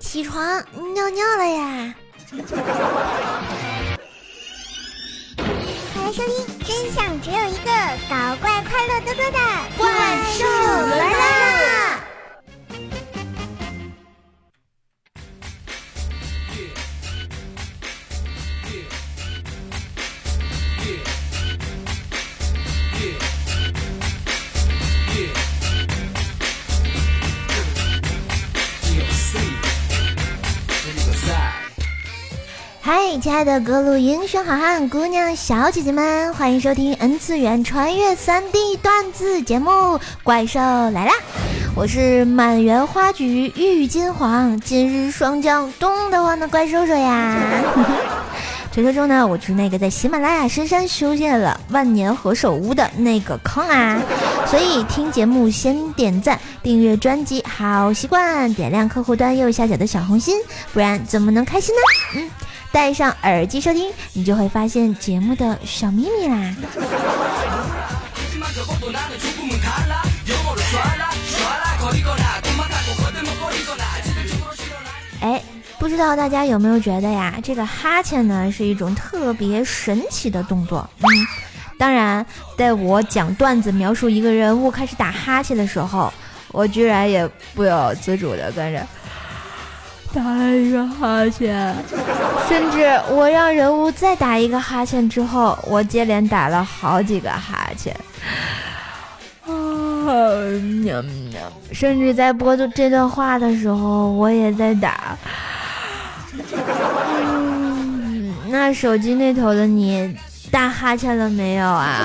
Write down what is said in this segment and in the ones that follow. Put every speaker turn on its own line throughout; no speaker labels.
起床尿尿了呀。
欢迎收听真相只有一个，搞怪快乐多多的
怪兽来啦！嗨，亲爱的各路英雄好汉、姑娘小姐姐们，欢迎收听 N 次元穿越 3D 段子节目《怪兽来啦》！我是满园花菊郁金黄，今日霜降冻得慌的怪兽兽呀！传说中呢，我是那个在喜马拉雅深山修建了万年何首乌的那个坑啊！所以听节目先点赞、订阅专辑好习惯，点亮客户端右下角的小红心，不然怎么能开心呢？戴上耳机收听，你就会发现节目的小秘密啦。不知道大家有没有觉得呀，这个哈欠呢是一种特别神奇的动作。当然在我讲段子描述一个人物开始打哈欠的时候，我居然也不由自主的跟着打了一个哈欠，甚至我让人物再打一个哈欠之后，我接连打了好几个哈欠，甚至在播这段话的时候我也在打。那手机那头的你打哈欠了没有啊？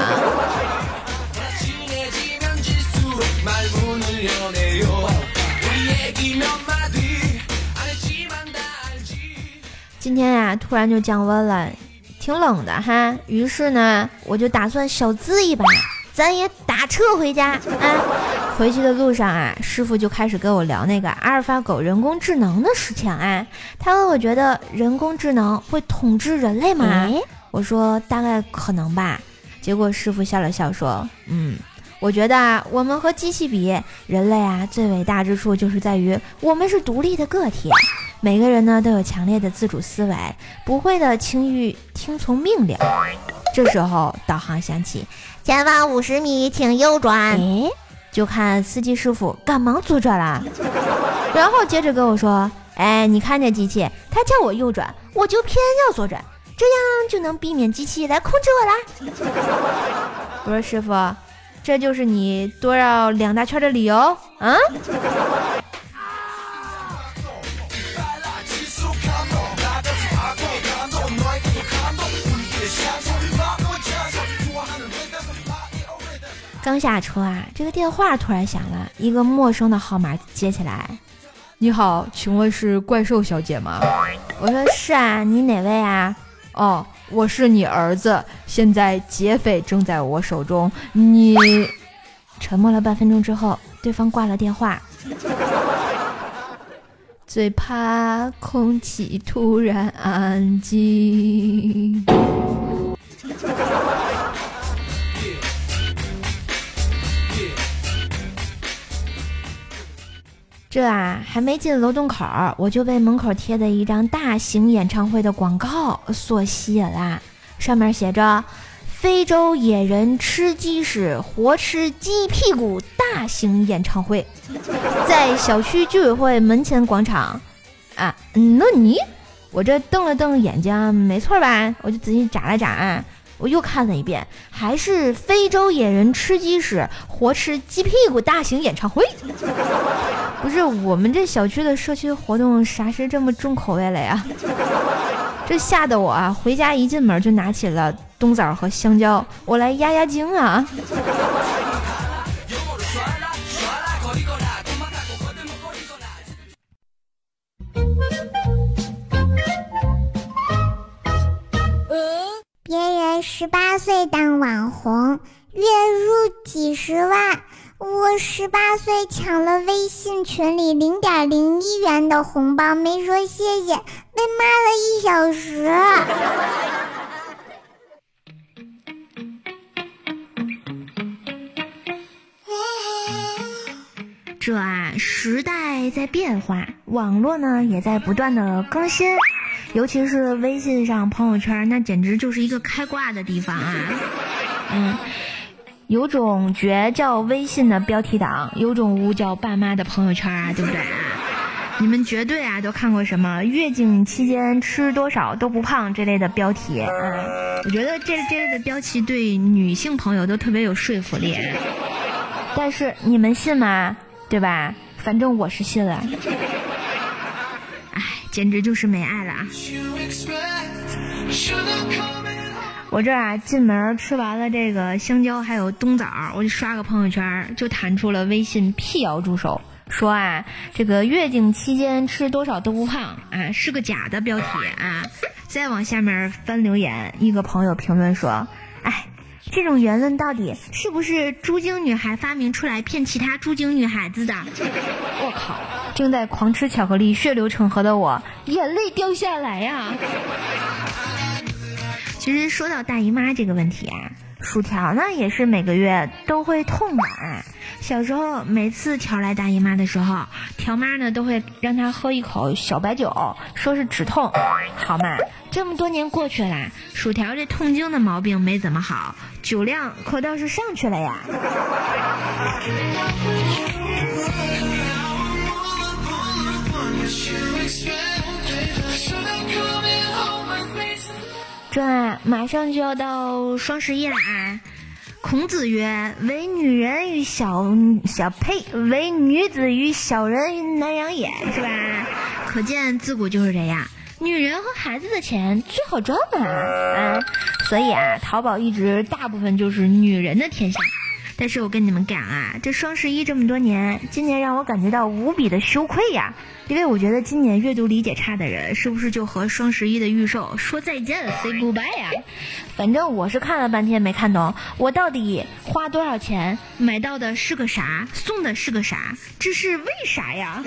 今天呀，突然就降温了，挺冷的哈。于是呢，我就打算小资一把，咱也打车回家啊。回去的路上啊，师傅就开始跟我聊那个阿尔法狗人工智能的事情啊。他问我觉得人工智能会统治人类吗？我说大概可能吧。结果师傅笑了笑说，我觉得啊，我们和机器比，人类啊最伟大之处就是在于我们是独立的个体，每个人呢都有强烈的自主思维，不会的轻易听从命令。这时候导航响起，前方50米请右转。就看司机师傅赶忙左转啦，然后接着跟我说，你看这机器，他叫我右转，我就偏要左转，这样就能避免机器来控制我啦。我说师傅，这就是你多绕2大圈的理由啊？刚下车啊，这个电话突然响了，一个陌生的号码接起来。你好，请问是怪兽小姐吗？我说是啊，你哪位啊？哦，我是你儿子，现在劫匪正在我手中。你沉默了半分钟之后，对方挂了电话。最怕空气突然安静。这啊，还没进楼洞口，我就被门口贴的一张大型演唱会的广告所吸引啦。上面写着非洲野人吃鸡屎活吃鸡屁股大型演唱会，在小区居委会门前广场啊。那你我这瞪了瞪眼睛，没错吧？我就仔细眨了眨，我又看了一遍，还是非洲野人吃鸡屎活吃鸡屁股大型演唱会。不是我们这小区的社区活动啥是这么重口味了呀？这吓得我啊，回家一进门就拿起了冬枣和香蕉，我来压压惊啊。
别人18岁当网红，月入几十万，我18岁抢了微信群里0.01元的红包，没说谢谢，被骂了1小时。
这时代在变化，网络呢也在不断的更新，尤其是微信上朋友圈，那简直就是一个开挂的地方啊。有种绝叫微信的标题党，有种污叫爸妈的朋友圈对不对你们绝对都看过什么月经期间吃多少都不胖这类的标题我觉得这类的标题对女性朋友都特别有说服力，但是你们信吗？对吧？反正我是信了。简直就是没爱了我这进门吃完了这个香蕉还有冬枣，我就刷个朋友圈，就弹出了微信辟谣助手，说这个月经期间吃多少都不胖是个假的标题再往下面翻留言，一个朋友评论说，这种言论到底是不是猪精女孩发明出来骗其他猪精女孩子的？我靠，正在狂吃巧克力血流成河的我眼泪掉下来呀。其实说到大姨妈这个问题薯条呢也是每个月都会痛的小时候每次条来大姨妈的时候，条妈呢都会让她喝一口小白酒，说是止痛。好嘛，这么多年过去了，薯条这痛经的毛病没怎么好，酒量可倒是上去了呀。这马上就要到双11了孔子曰：“唯女人与唯女子与小人与难养也，是吧？”可见自古就是这样，女人和孩子的钱最好赚所以淘宝一直大部分就是女人的天下。但是我跟你们讲这双11这么多年，今年让我感觉到无比的羞愧呀，因为我觉得今年阅读理解差的人是不是就和双11的预售说再见 say goodbye 呀？反正我是看了半天没看懂，我到底花多少钱买到的是个啥，送的是个啥，这是为啥呀？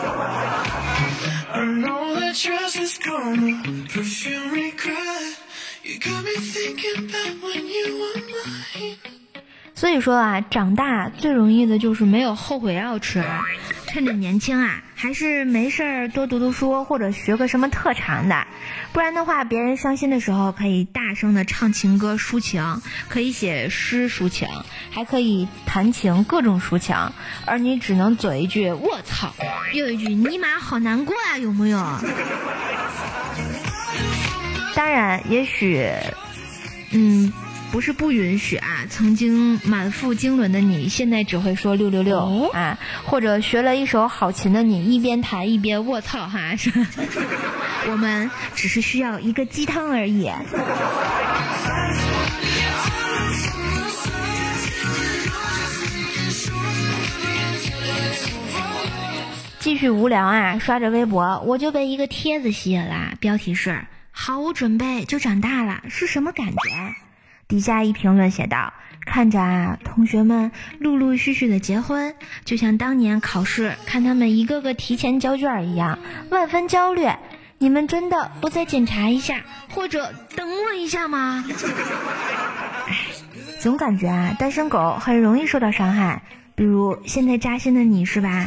所以说长大最容易的就是没有后悔药吃，趁着年轻还是没事儿多读读书或者学个什么特长的，不然的话别人伤心的时候可以大声的唱情歌抒情，可以写诗抒情，还可以弹琴各种抒情，而你只能嘴一句我操，又一句尼玛好难过有没有？当然也许不是不允许曾经满腹经纶的你现在只会说666或者学了一手好琴的你一边弹一边卧槽是吧？我们只是需要一个鸡汤而已。继续无聊刷着微博，我就被一个帖子吸引了，标题是毫无准备就长大了是什么感觉？底下一评论写道，看着同学们陆陆续续的结婚，就像当年考试看他们一个个提前交卷一样，万分焦虑。你们真的不再检查一下或者等我一下吗？总感觉单身狗很容易受到伤害，比如现在扎心的你是吧？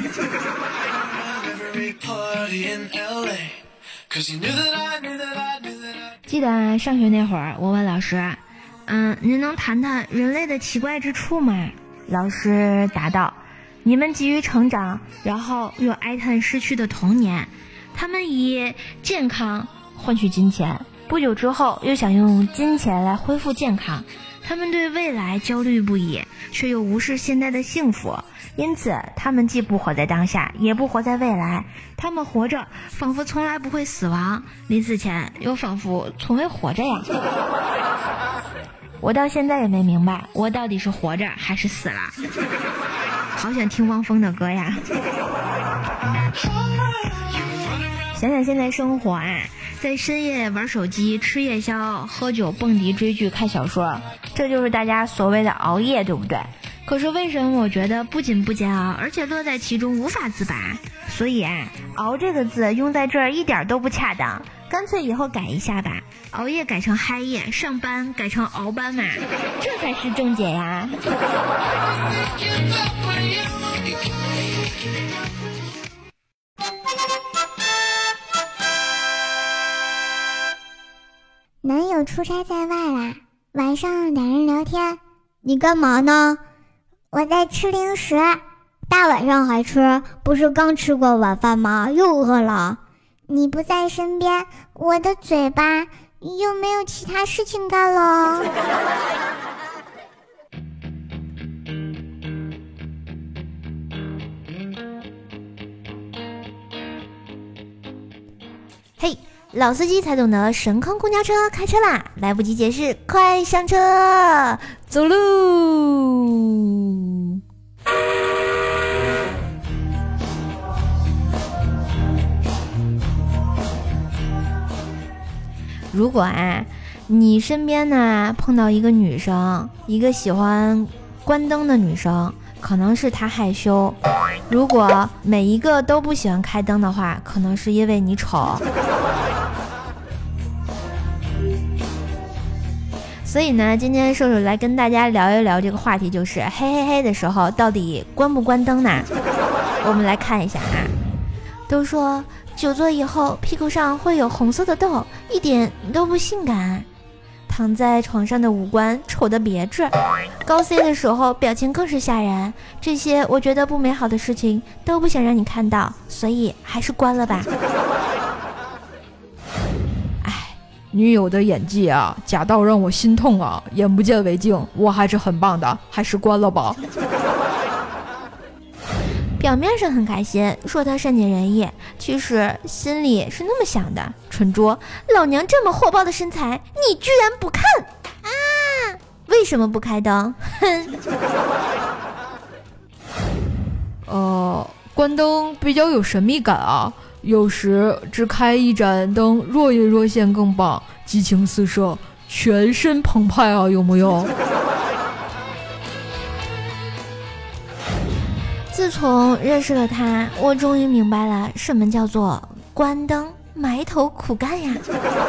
记得上学那会儿，我问老师您能谈谈人类的奇怪之处吗？老师答道，你们急于成长，然后又哀叹失去的童年，他们以健康换取金钱，不久之后又想用金钱来恢复健康，他们对未来焦虑不已，却又无视现在的幸福，因此他们既不活在当下，也不活在未来，他们活着仿佛从来不会死亡，临死前又仿佛从未活着呀。我到现在也没明白，我到底是活着还是死了。好想听汪峰的歌呀。想想现在生活在深夜玩手机、吃夜宵、喝酒、蹦迪、追剧、看小说，这就是大家所谓的熬夜，对不对？可是为什么我觉得不仅不煎熬，而且乐在其中无法自拔？所以熬这个字用在这儿一点都不恰当，干脆以后改一下吧，熬夜改成嗨夜，上班改成熬班嘛，这才是正解呀。
男友出差在外啦，晚上两人聊天。你干嘛呢？我在吃零食。
大晚上还吃？不是刚吃过晚饭吗？又饿了。
你不在身边，我的嘴巴又没有其他事情干了。
嘿，老司机才懂得神坑公交车开车啦，来不及解释，快上车，走路。如果你身边呢碰到一个女生，一个喜欢关灯的女生，可能是她害羞；如果每一个都不喜欢开灯的话，可能是因为你丑。所以呢，今天瘦瘦来跟大家聊一聊这个话题，就是嘿嘿嘿的时候到底关不关灯呢？我们来看一下都说久坐以后屁股上会有红色的痘，一点都不性感。躺在床上的五官丑得别致，高 C 的时候表情更是吓人。这些我觉得不美好的事情都不想让你看到，所以还是关了吧。
女友的演技假到让我心痛啊，眼不见为净，我还是很棒的，还是关了吧。
表面上很开心，说他善解人意，其实心里是那么想的：蠢拙，老娘这么火爆的身材，你居然不看啊？为什么不开灯？
哼。关灯比较有神秘感啊，有时只开一盏灯，若隐若现更棒，激情四射，全身澎湃啊，有没有？
自从认识了他，我终于明白了什么叫做关灯埋头苦干呀。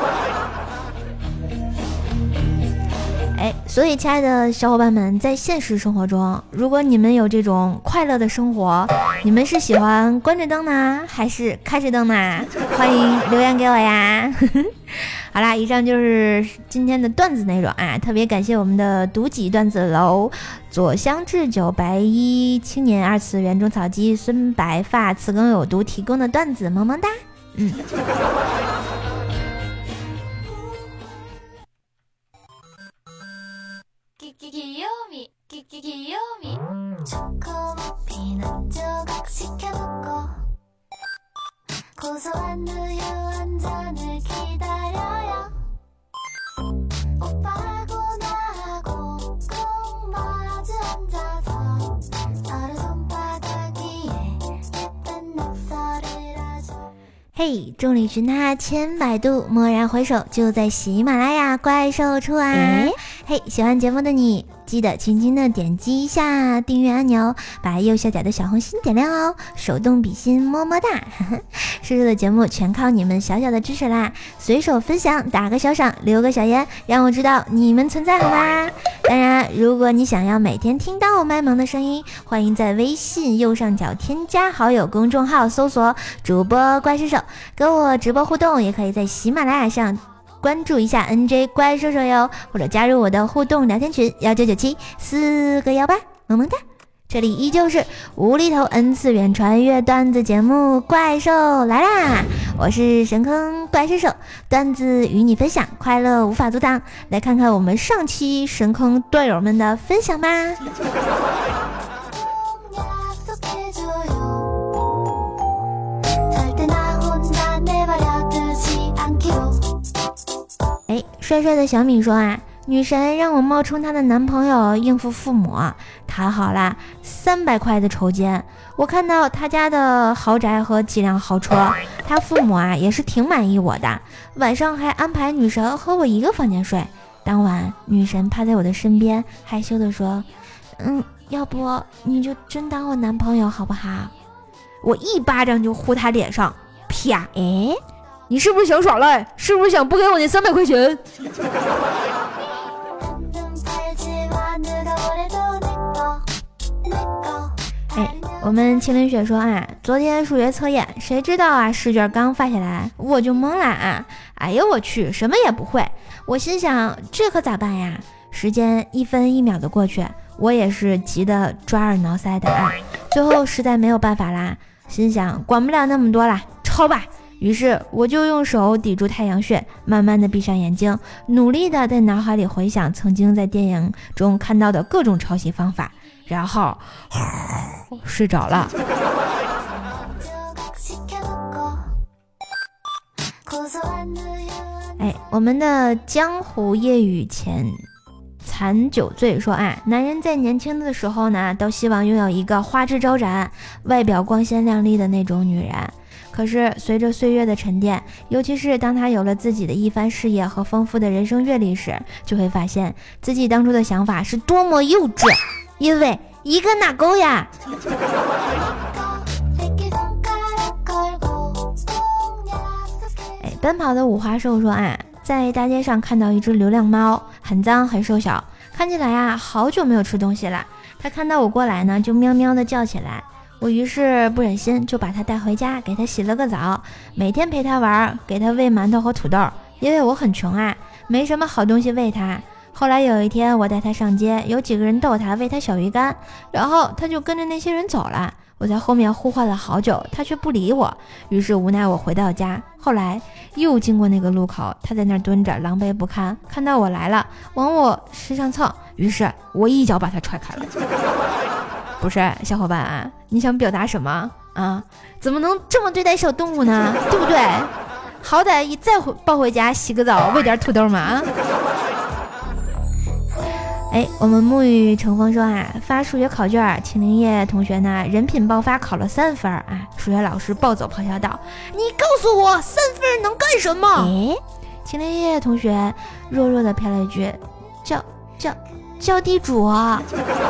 所以亲爱的小伙伴们，在现实生活中，如果你们有这种快乐的生活，你们是喜欢关着灯呢，还是开着灯呢？欢迎留言给我呀。好啦，以上就是今天的段子内容特别感谢我们的独己段子楼左香至酒白衣青年二次元中草鸡孙白发词更有毒提供的段子，萌萌哒。嘿，众里寻他千百度，蓦然回首，就在喜马拉雅怪兽处嘿，喜欢节目的你，记得轻轻的点击一下订阅按钮，把右下角的小红心点亮哦，手动比心么么哒。瘦瘦的节目全靠你们小小的支持啦，随手分享，打个小赏，留个小言，让我知道你们存在好吗？当然，如果你想要每天听到我卖萌的声音，欢迎在微信右上角添加好友公众号，搜索主播怪兽手，跟我直播互动，也可以在喜马拉雅上关注一下 NJ 怪兽手哟，或者加入我的互动聊天群1997-4个18，萌萌哒。这里依旧是无厘头 N 次元穿越段子节目，怪兽来啦！我是神坑怪兽手，段子与你分享，快乐无法阻挡。来看看我们上期神坑段友们的分享吧。帅帅的小米说女神让我冒充她的男朋友应付父母，谈好了300块的酬金。我看到他家的豪宅和几辆豪车，他父母也是挺满意我的，晚上还安排女神和我一个房间睡。当晚女神趴在我的身边，害羞的说要不你就真当我男朋友好不好？我一巴掌就呼他脸上，啪！
你是不是想耍赖？是不是想不给我那300块钱？
我们秦林雪说啊，昨天数学测验，谁知道啊，试卷刚发下来，我就懵了啊！哎呦我去，什么也不会。我心想，这可咋办呀？时间1分1秒的过去，我也是急得抓耳挠腮的啊！最后实在没有办法啦，心想管不了那么多啦，抄吧。于是我就用手抵住太阳穴，慢慢的闭上眼睛，努力的在脑海里回想曾经在电影中看到的各种抄袭方法，然后睡着了。哎，我们的江湖夜雨残酒醉说啊，男人在年轻的时候呢，都希望拥有一个花枝招展、外表光鲜亮丽的那种女人。可是随着岁月的沉淀，尤其是当他有了自己的一番事业和丰富的人生阅历时，就会发现自己当初的想法是多么幼稚，因为一个哪够呀。奔跑的五花兽说啊，在大街上看到一只流浪猫，很脏很瘦小，看起来啊好久没有吃东西了。它看到我过来呢，就喵喵的叫起来。我于是不忍心，就把它带回家，给它洗了个澡，每天陪它玩，给它喂馒头和土豆，因为我很穷啊，没什么好东西喂它。后来有一天我带它上街，有几个人逗它，喂它小鱼干，然后它就跟着那些人走了。我在后面呼唤了好久，它却不理我，于是无奈我回到家。后来又经过那个路口，它在那儿蹲着，狼狈不堪，看到我来了，往我身上蹭，于是我一脚把它踹开了。不是小伙伴啊，你想表达什么啊？怎么能这么对待小动物呢？对不对？好歹再抱回家洗个澡，喂点土豆嘛啊！哎，我们沐雨成风说啊，发数学考卷，秦林叶同学呢人品爆发，考了3分啊！数学老师暴走咆哮道：“你告诉我3分能干什么？”哎，秦林叶同学弱弱的飘了一句：“叫地主啊！”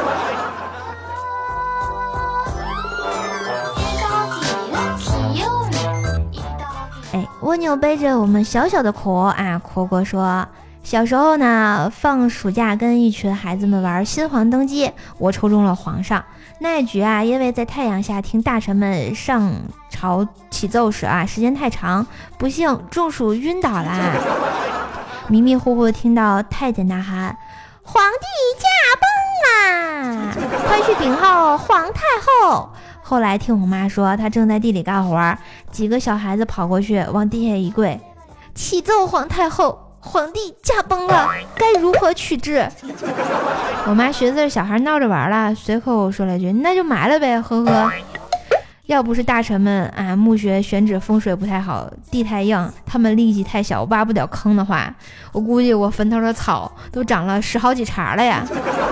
哎，蜗牛背着我们小小的壳啊，壳说。小时候呢，放暑假跟一群孩子们玩新皇登基，我抽中了皇上。那一局啊，因为在太阳下听大臣们上朝起奏时啊，时间太长，不幸中暑晕倒啦。迷迷糊糊听到太监呐喊：“皇帝驾崩啦！快去禀候皇太后。”后来听我妈说，她正在地里干活，几个小孩子跑过去，往地下一跪，启奏皇太后。皇帝驾崩了，该如何取置？我妈寻思小孩闹着玩了，随口说了句：“那就埋了呗，呵呵。”要不是大臣们啊墓穴选址风水不太好，地太硬，他们力气太小，挖不了坑的话，我估计我坟头的草都长了10好几茬了呀。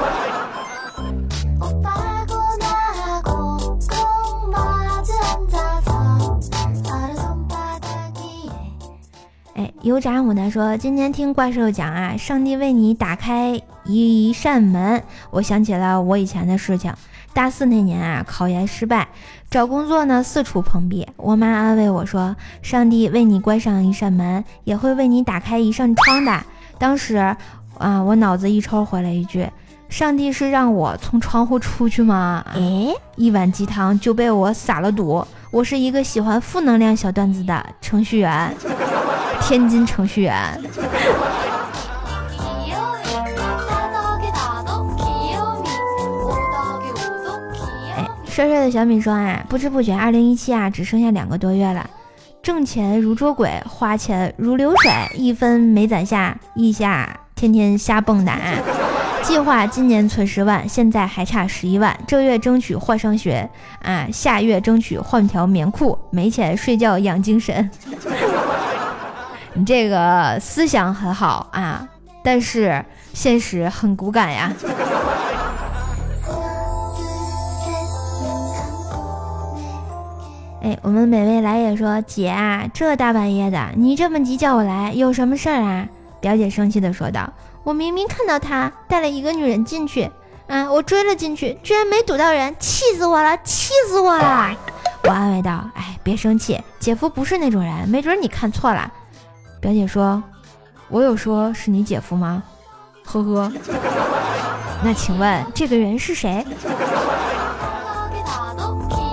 哎，油炸牡丹说，今天听怪兽讲啊，上帝为你打开一扇门，我想起了我以前的事情。大4那年啊，考研失败，找工作呢四处碰壁。我妈安慰我说，上帝为你关上一扇门，也会为你打开一扇窗的。当时啊，我脑子一抽回了一句，上帝是让我从窗户出去吗？哎，一碗鸡汤就被我撒了毒。我是一个喜欢负能量小段子的程序员，天津程序员。帅帅的小米说啊，不知不觉2017啊，只剩下2个多月了，挣钱如捉鬼，花钱如流水，一分没攒下，一下天天瞎蹦跶。计划今年存10万，现在还差11万，这月争取换上学啊，下月争取换条棉裤，没钱睡觉养精神。你这个思想很好啊，但是现实很骨感呀。哎，我们美味来也说，姐啊，这大半夜的，你这么急叫我来，有什么事儿啊？表姐生气的说道，我明明看到他带了一个女人进去啊，我追了进去，居然没堵到人，气死我了，气死我了！我安慰道，哎，别生气，姐夫不是那种人，没准你看错了。表姐说，我有说是你姐夫吗？呵呵。那请问这个人是谁？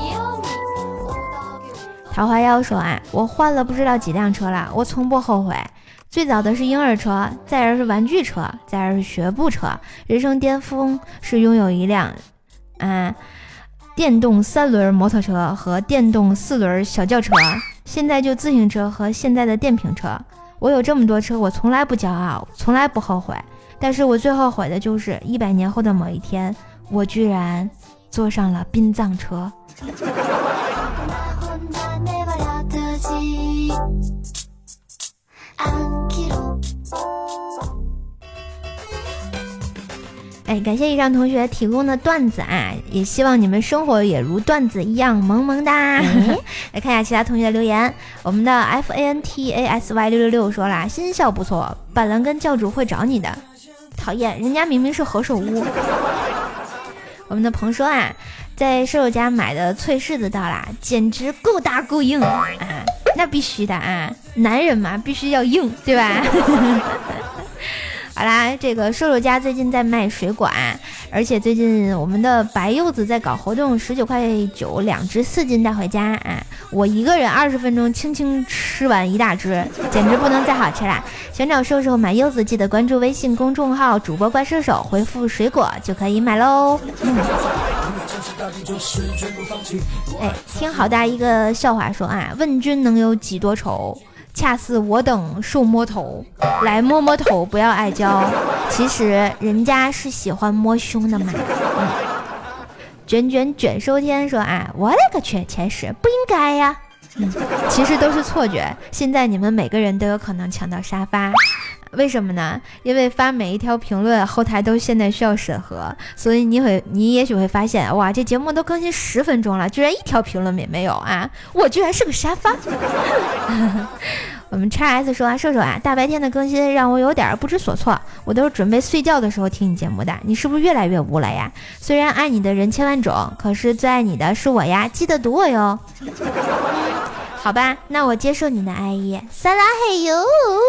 桃花妖说啊，我换了不知道几辆车了，我从不后悔。最早的是婴儿车，再而是玩具车，再而是学步车，人生巅峰是拥有一辆电动3轮摩托车和电动4轮小轿车，现在就自行车和现在的电瓶车。我有这么多车，我从来不骄傲，从来不后悔，但是我最后悔的就是100年后的某一天，我居然坐上了殡葬车。感谢以上同学提供的段子啊，也希望你们生活也如段子一样萌萌哒。来看一下其他同学的留言，我们的 FANTASY666 说啦，新校不错，板蓝根教主会找你的。讨厌，人家明明是何首乌。我们的鹏说啊，在舍友家买的脆柿子到啦，简直够大够硬啊，那必须的啊，男人嘛必须要硬，对吧？好啦，这个瘦瘦家最近在卖水果啊，而且最近我们的白柚子在搞活动，19.9块2只，4斤带回家啊！我一个人20分钟轻轻吃完1大只，简直不能再好吃啦！想找瘦瘦买柚子，记得关注微信公众号主播怪兽手，回复水果就可以买喽。听好大一个笑话说啊，问君能有几多愁？恰似我等受摸头，来摸摸头，不要碍娇。其实人家是喜欢摸胸的嘛。卷收天说啊，我勒个去，前世不应该呀。其实都是错觉。现在你们每个人都有可能抢到沙发。为什么呢？因为发每一条评论后台都现在需要审核，所以你也许会发现，哇，这节目都更新10分钟了，居然一条评论也没有啊！我居然是个沙发。我们 XS 说啊，瘦瘦啊，大白天的更新让我有点不知所措，我都是准备睡觉的时候听你节目的，你是不是越来越无了呀？虽然爱你的人千万种，可是最爱你的是我呀，记得读我哟。好吧，那我接受你的爱意，撒拉嘿哟。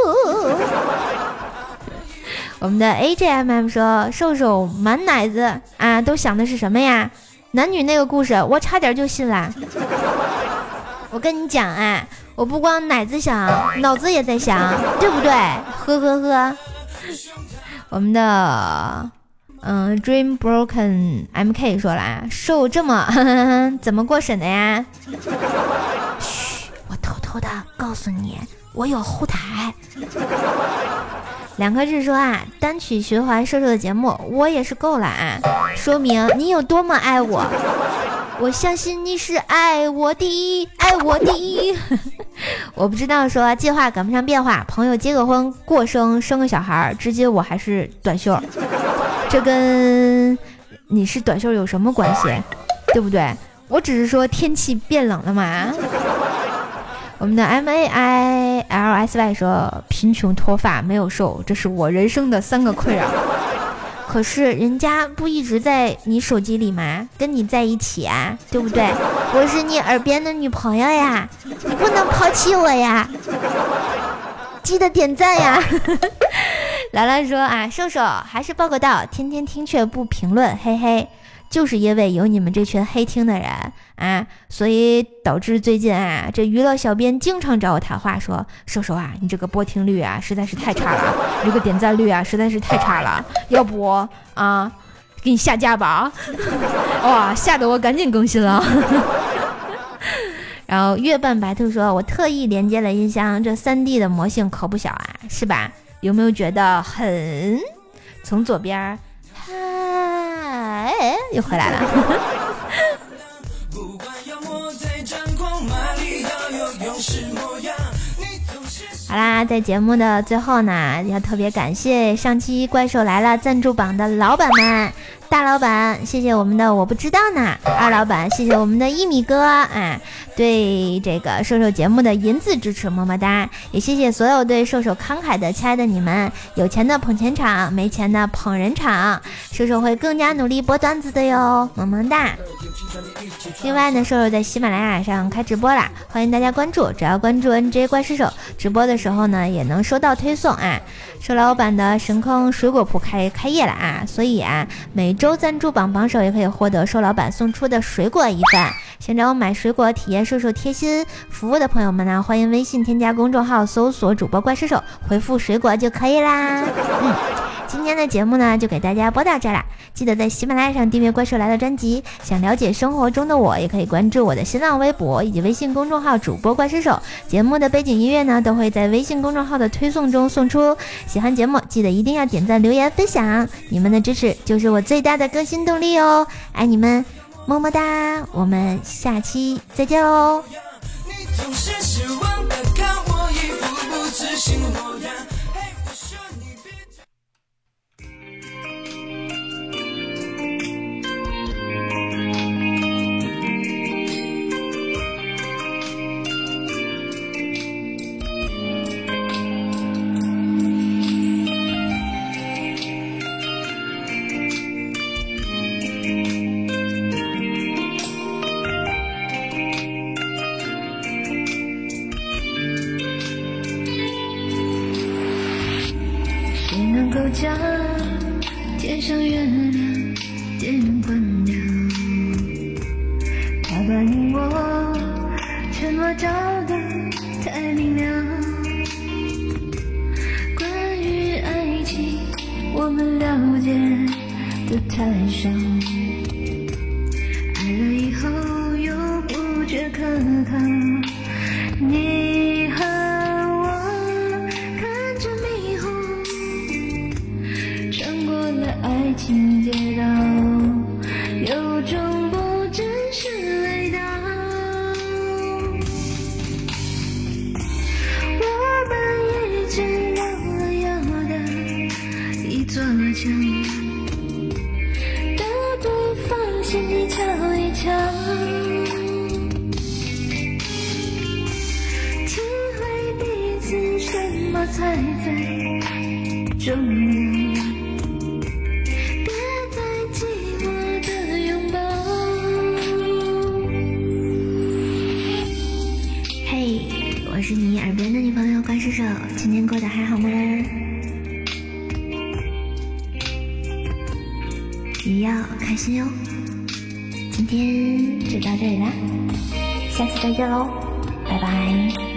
我们的 AJMM 说，瘦瘦满奶子啊，都想的是什么呀？男女那个故事我差点就信啦。我跟你讲啊，我不光奶子想，脑子也在想，对不对？呵呵呵。我们的Dream Broken MK 说啦，瘦这么怎么过审的呀？嘘，我偷偷的告诉你，我有后台。两颗痣说啊，单曲循环瘦瘦的节目我也是够了啊，说明你有多么爱我。我相信你是爱我的，爱我的。我不知道说计划赶不上变化，朋友结个婚过生个小孩，至今我还是短袖，这跟你是短袖有什么关系？对不对？我只是说天气变冷了嘛。我们的 MAILSY 说，贫穷脱发没有瘦，这是我人生的3个困扰。可是人家不一直在你手机里吗？跟你在一起啊，对不对？我是你耳边的女朋友呀，你不能抛弃我呀，记得点赞呀。兰兰说啊，瘦瘦还是报个到，天天听却不评论，嘿嘿，就是因为有你们这群黑听的人啊，所以导致最近啊，这娱乐小编经常找我谈话，说瘦瘦啊，你这个播听率啊实在是太差了，你这个点赞率啊实在是太差了，要不啊给你下架吧。哇，吓得我赶紧更新了。然后月半白兔说，我特意连接了音箱，这 3D 的魔性可不小啊，是吧？有没有觉得很从左边又回来了。好啦，在节目的最后呢，要特别感谢上期怪兽来了赞助榜的老板们。大老板谢谢我们的我不知道呢，二老板谢谢我们的一米哥啊，对这个瘦瘦节目的银子支持么么哒，也谢谢所有对瘦瘦慷慨的亲爱的你们，有钱的捧钱场，没钱的捧人场，瘦瘦会更加努力播段子的哟，么么哒。另外呢，瘦瘦在喜马拉雅上开直播啦，欢迎大家关注，只要关注 NJ 怪兽手，直播的时候呢也能收到推送啊。瘦老板的神坑水果铺开业了啊，所以啊每周赞助榜榜首也可以获得瘦老板送出的水果一份。 想找我买水果体验兽兽贴心服务的朋友们呢，欢迎微信添加公众号搜索主播怪兽兽，回复水果就可以啦。今天的节目呢就给大家播到这啦，记得在喜马拉雅上订阅怪兽来了专辑，想了解生活中的我也可以关注我的新浪微博以及微信公众号主播怪兽兽，节目的背景音乐呢都会在微信公众号的推送中送出。喜欢节目记得一定要点赞留言分享，你们的支持就是我最大的更新动力哦，爱你们，么么哒，我们下期再见喽。
你总是失望的看我一副不知心模样，嘿，我说你别
将天上月亮点关掉，他把你我全部照得太明了。关于爱情我们了解的太少，爱了以后又不觉可靠。你和爱情街道，有种不真实味道。我们一直绕了绕的一座桥，的对方心里瞧一瞧，体会彼此什么才最重要。
我是你耳边的女朋友怪兽兽，今天过得还好吗？也要开心哟。今天就到这里啦，下次再见喽，拜拜。